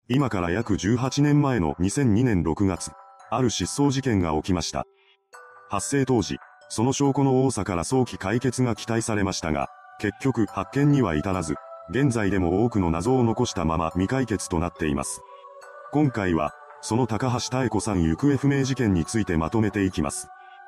今から約18年前の2002年6月、ある失踪事件が起きました。発生当時、その証拠の多さから早期解決が期待されましたが、結局発見には至らず、現在でも多くの謎を残したまま未解決となっています。今回は、その高橋妙子さん行方不明事件についてまとめていきます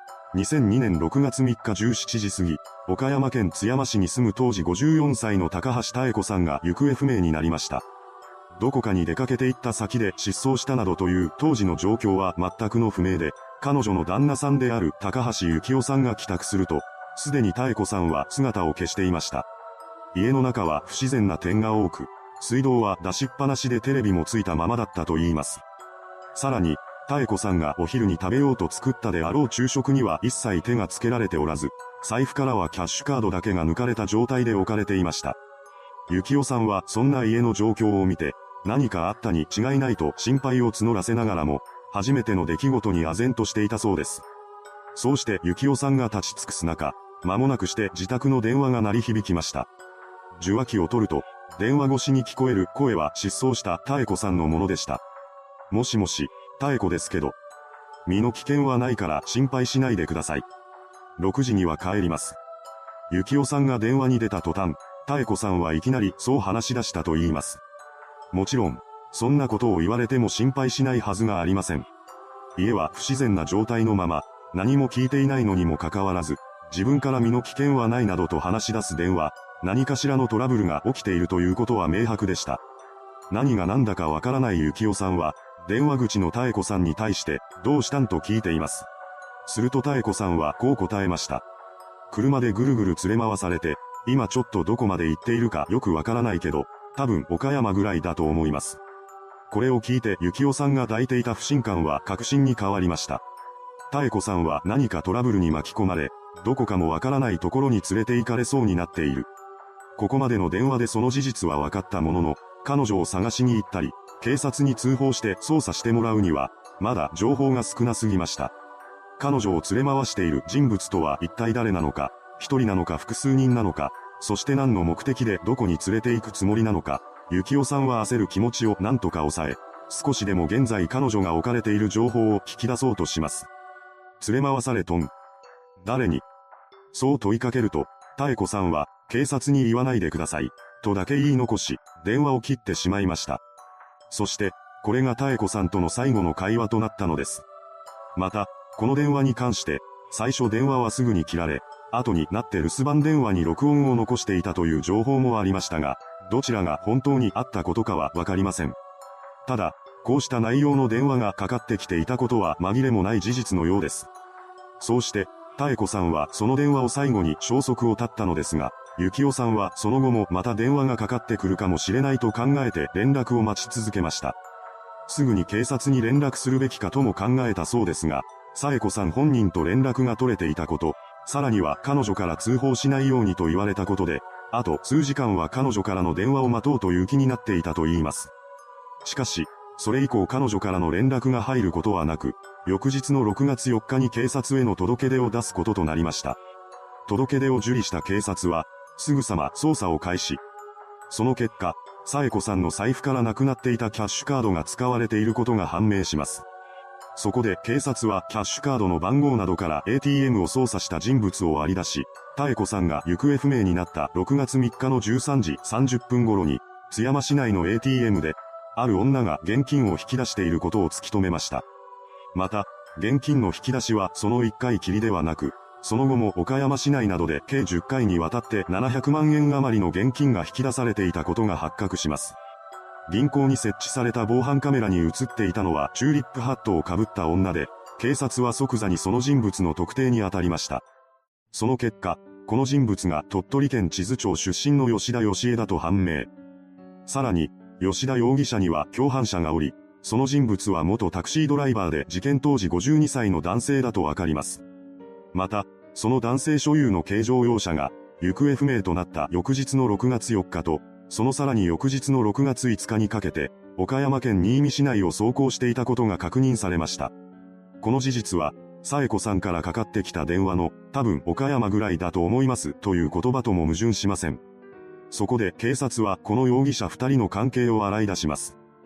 。2002年6月3日17時過ぎ、岡山県津山市に住む当時54歳の高橋妙子さんが行方不明になりました。どこかに出かけて行った先で失踪したなどという当時の状況は全くの不明で、彼女の旦那さんである高橋幸雄さんが帰宅すると、すでに妙子さんは姿を消していました。家の中は不自然な点が多く、水道は出しっぱなしでテレビもついたままだったと言います。さらに、妙子さんがお昼に食べようと作ったであろう昼食には一切手がつけられておらず、財布からはキャッシュカードだけが抜かれた状態で置かれていました。幸雄さんはそんな家の状況を見て、何かあったに違いないと心配を募らせながらも、初めての出来事に唖然としていたそうです。そうして幸雄さんが立ち尽くす中、間もなくして自宅の電話が鳴り響きました。受話器を取ると、電話越しに聞こえる声は失踪した妙子さんのものでした。もしもし、妙子ですけど。身の危険はないから心配しないでください。6時には帰ります。幸雄さんが電話に出た途端、妙子さんはいきなりそう話し出したと言います。もちろん、そんなことを言われても心配しないはずがありません。家は不自然な状態のまま、何も聞いていないのにもかかわらず、自分から身の危険はないなどと話し出す電話、何かしらのトラブルが起きているということは明白でした。何が何だかわからない幸雄さんは、電話口の妙子さんに対して、どうしたんと聞いています。すると妙子さんはこう答えました。車でぐるぐる連れ回されて、今ちょっとどこまで行っているかよくわからないけど、多分岡山ぐらいだと思います。これを聞いて幸雄さんが抱いていた不信感は確信に変わりました。妙子さんは何かトラブルに巻き込まれ、どこかもわからないところに連れて行かれそうになっている。ここまでの電話でその事実は分かったものの、彼女を探しに行ったり、警察に通報して捜査してもらうには、まだ情報が少なすぎました。彼女を連れ回している人物とは一体誰なのか、一人なのか複数人なのか、そして何の目的でどこに連れて行くつもりなのか、幸雄さんは焦る気持ちを何とか抑え、少しでも現在彼女が置かれている情報を聞き出そうとします。連れ回されとん。誰に？そう問いかけると、妙子さんは、警察に言わないでください、とだけ言い残し、電話を切ってしまいました。そして、これが妙子さんとの最後の会話となったのです。また、この電話に関して、最初電話はすぐに切られ、後になって留守番電話に録音を残していたという情報もありましたが、どちらが本当にあったことかはわかりません。ただ、こうした内容の電話がかかってきていたことは紛れもない事実のようです。そうして、妙子さんはその電話を最後に消息を絶ったのですが、幸雄さんはその後もまた電話がかかってくるかもしれないと考えて連絡を待ち続けました。すぐに警察に連絡するべきかとも考えたそうですが、妙子さん本人と連絡が取れていたこと、さらには彼女から通報しないようにと言われたことで、あと数時間は彼女からの電話を待とうという気になっていたと言います。しかし、それ以降彼女からの連絡が入ることはなく、翌日の6月4日に警察への届け出を出すこととなりました。届け出を受理した警察は、すぐさま捜査を開始。その結果、妙子さんの財布からなくなっていたキャッシュカードが使われていることが判明します。そこで警察はキャッシュカードの番号などから ATM を操作した人物を割り出し、妙子さんが行方不明になった6月3日の13時30分頃に、津山市内の ATM で、ある女が現金を引き出していることを突き止めました。また、現金の引き出しはその1回きりではなく、その後も岡山市内などで計10回にわたって700万円余りの現金が引き出されていたことが発覚します。銀行に設置された防犯カメラに映っていたのはチューリップハットをかぶった女で、警察は即座にその人物の特定に当たりました。その結果、この人物が鳥取県智頭町出身の吉田義恵だと判明。さらに、吉田容疑者には共犯者がおり、その人物は元タクシードライバーで事件当時52歳の男性だとわかります。また、その男性所有の軽乗用車が、行方不明となった翌日の6月4日と、そのさらに翌日の6月5日にかけて、岡山県新見市内を走行していたことが確認されました。この事実は、妙子さんからかかってきた電話の、多分岡山ぐらいだと思いますという言葉とも矛盾しません。そこで警察はこの容疑者2人の関係を洗い出します。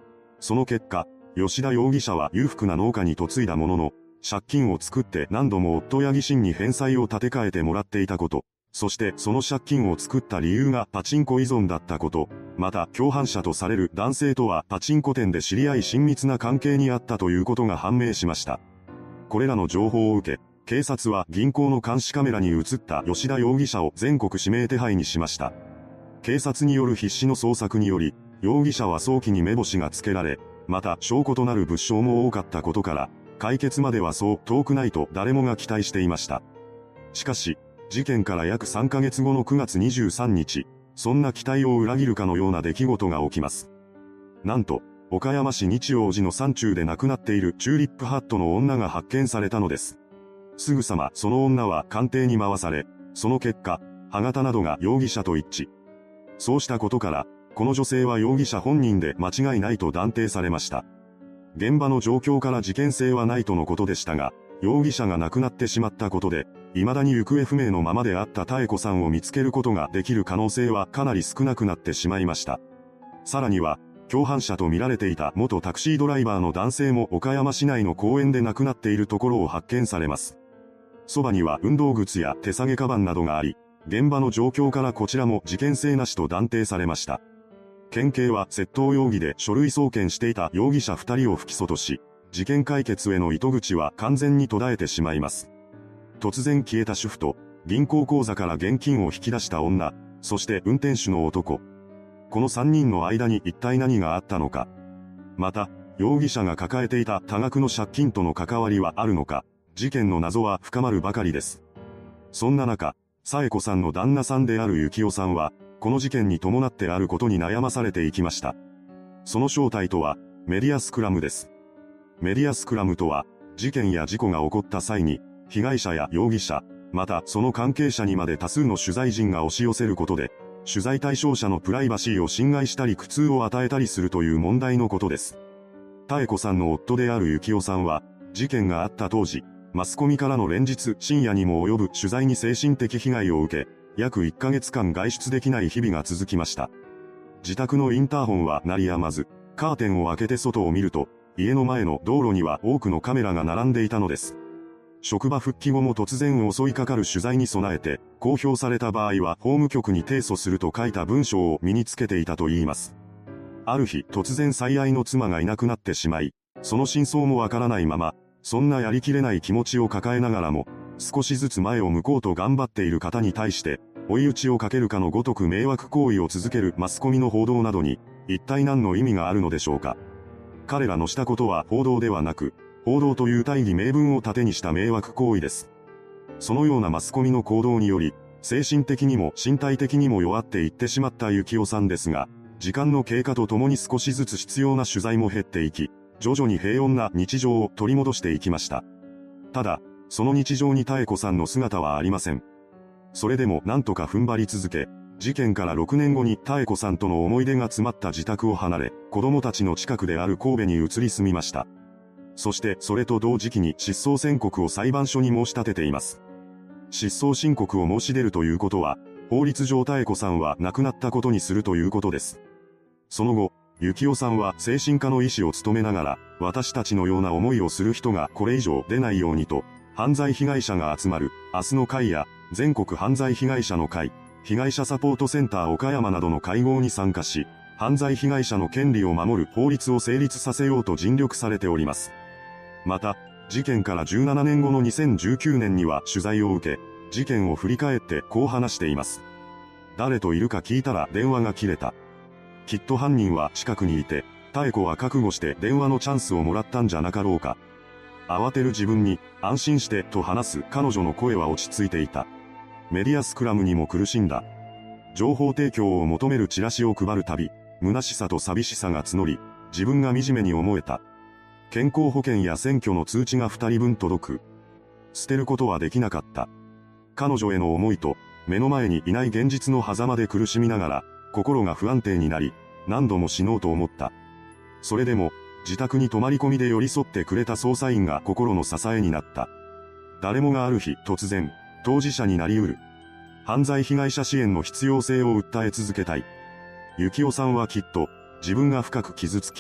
その結果、吉田容疑者は裕福な農家に嫁いだものの、借金を作って何度も夫や義親に返済を立て替えてもらっていたこと、そしてその借金を作った理由がパチンコ依存だったこと、また共犯者とされる男性とはパチンコ店で知り合い親密な関係にあったということが判明しました。これらの情報を受け、警察は銀行の監視カメラに映った吉田容疑者を全国指名手配にしました。警察による必死の捜索により、容疑者は早期に目星がつけられ、また証拠となる物証も多かったことから、解決まではそう遠くないと誰もが期待していました。しかし、事件から約3ヶ月後の9月23日、そんな期待を裏切るかのような出来事が起きます。なんと、岡山市日王寺の山中で亡くなっているチューリップハットの女が発見されたのです。すぐさまその女は鑑定に回され、その結果、歯型などが容疑者と一致。そうしたことから、この女性は容疑者本人で間違いないと断定されました。現場の状況から事件性はないとのことでしたが、容疑者が亡くなってしまったことで、未だに行方不明のままであった妙子さんを見つけることができる可能性はかなり少なくなってしまいました。さらには、共犯者と見られていた元タクシードライバーの男性も岡山市内の公園で亡くなっているところを発見されます。そばには運動靴や手提げカバンなどがあり、現場の状況からこちらも事件性なしと断定されました。県警は窃盗容疑で書類送検していた容疑者2人を不起訴とし、事件解決への糸口は完全に途絶えてしまいます。突然消えた主婦と、銀行口座から現金を引き出した女、そして運転手の男。この3人の間に一体何があったのか。また、容疑者が抱えていた多額の借金との関わりはあるのか、事件の謎は深まるばかりです。そんな中、佐恵子さんの旦那さんである幸男さんは、この事件に伴ってあることに悩まされていきました。その正体とは、メディアスクラムです。メディアスクラムとは、事件や事故が起こった際に、被害者や容疑者、またその関係者にまで多数の取材陣が押し寄せることで、取材対象者のプライバシーを侵害したり苦痛を与えたりするという問題のことです。妙子さんの夫である幸男さんは、事件があった当時、マスコミからの連日深夜にも及ぶ取材に精神的被害を受け、約1ヶ月間外出できない日々が続きました。自宅のインターホンは鳴りやまず、カーテンを開けて外を見ると、家の前の道路には多くのカメラが並んでいたのです。職場復帰後も突然襲いかかる取材に備えて、公表された場合は法務局に提訴すると書いた文章を身につけていたといいます。ある日突然最愛の妻がいなくなってしまい、その真相もわからないまま、そんなやりきれない気持ちを抱えながらも、少しずつ前を向こうと頑張っている方に対して、追い打ちをかけるかのごとく迷惑行為を続けるマスコミの報道などに、一体何の意味があるのでしょうか。彼らのしたことは報道ではなく、報道という大義名分を盾にした迷惑行為です。そのようなマスコミの行動により、精神的にも身体的にも弱っていってしまった幸男さんですが、時間の経過とともに少しずつ必要な取材も減っていき、徐々に平穏な日常を取り戻していきました。ただ、その日常に妙子さんの姿はありません。それでもなんとか踏ん張り続け、事件から6年後に妙子さんとの思い出が詰まった自宅を離れ、子供たちの近くである神戸に移り住みました。そしてそれと同時期に失踪宣告を裁判所に申し立てています。失踪申告を申し出るということは、法律上妙子さんは亡くなったことにするということです。その後、幸男さんは精神科の医師を務めながら、私たちのような思いをする人がこれ以上出ないようにと、犯罪被害者が集まる、明日の会や、全国犯罪被害者の会、被害者サポートセンター岡山などの会合に参加し、犯罪被害者の権利を守る法律を成立させようと尽力されております。また、事件から17年後の2019年には取材を受け、事件を振り返ってこう話しています。誰といるか聞いたら電話が切れた。きっと犯人は近くにいて、妙子は覚悟して電話のチャンスをもらったんじゃなかろうか。慌てる自分に、安心してと話す彼女の声は落ち着いていた。メディアスクラムにも苦しんだ。情報提供を求めるチラシを配るたび、虚しさと寂しさが募り、自分が惨めに思えた。健康保険や選挙の通知が2人分届く。捨てることはできなかった。彼女への思いと、目の前にいない現実の狭間で苦しみながら、心が不安定になり、何度も死のうと思った。それでも、自宅に泊まり込みで寄り添ってくれた捜査員が心の支えになった。誰もがある日突然、当事者になり得る。犯罪被害者支援の必要性を訴え続けたい。幸男さんはきっと、自分が深く傷つき、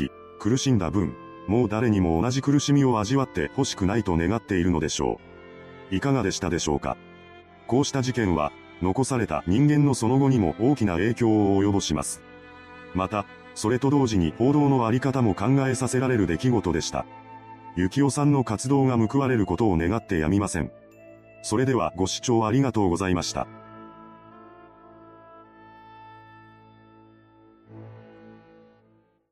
苦しんだ分、もう誰にも同じ苦しみを味わってほしくないと願っているのでしょう。いかがでしたでしょうか。こうした事件は、残された人間のその後にも大きな影響を及ぼします。また、それと同時に報道のあり方も考えさせられる出来事でした。幸男さんの活動が報われることを願ってやみません。それではご視聴ありがとうございました。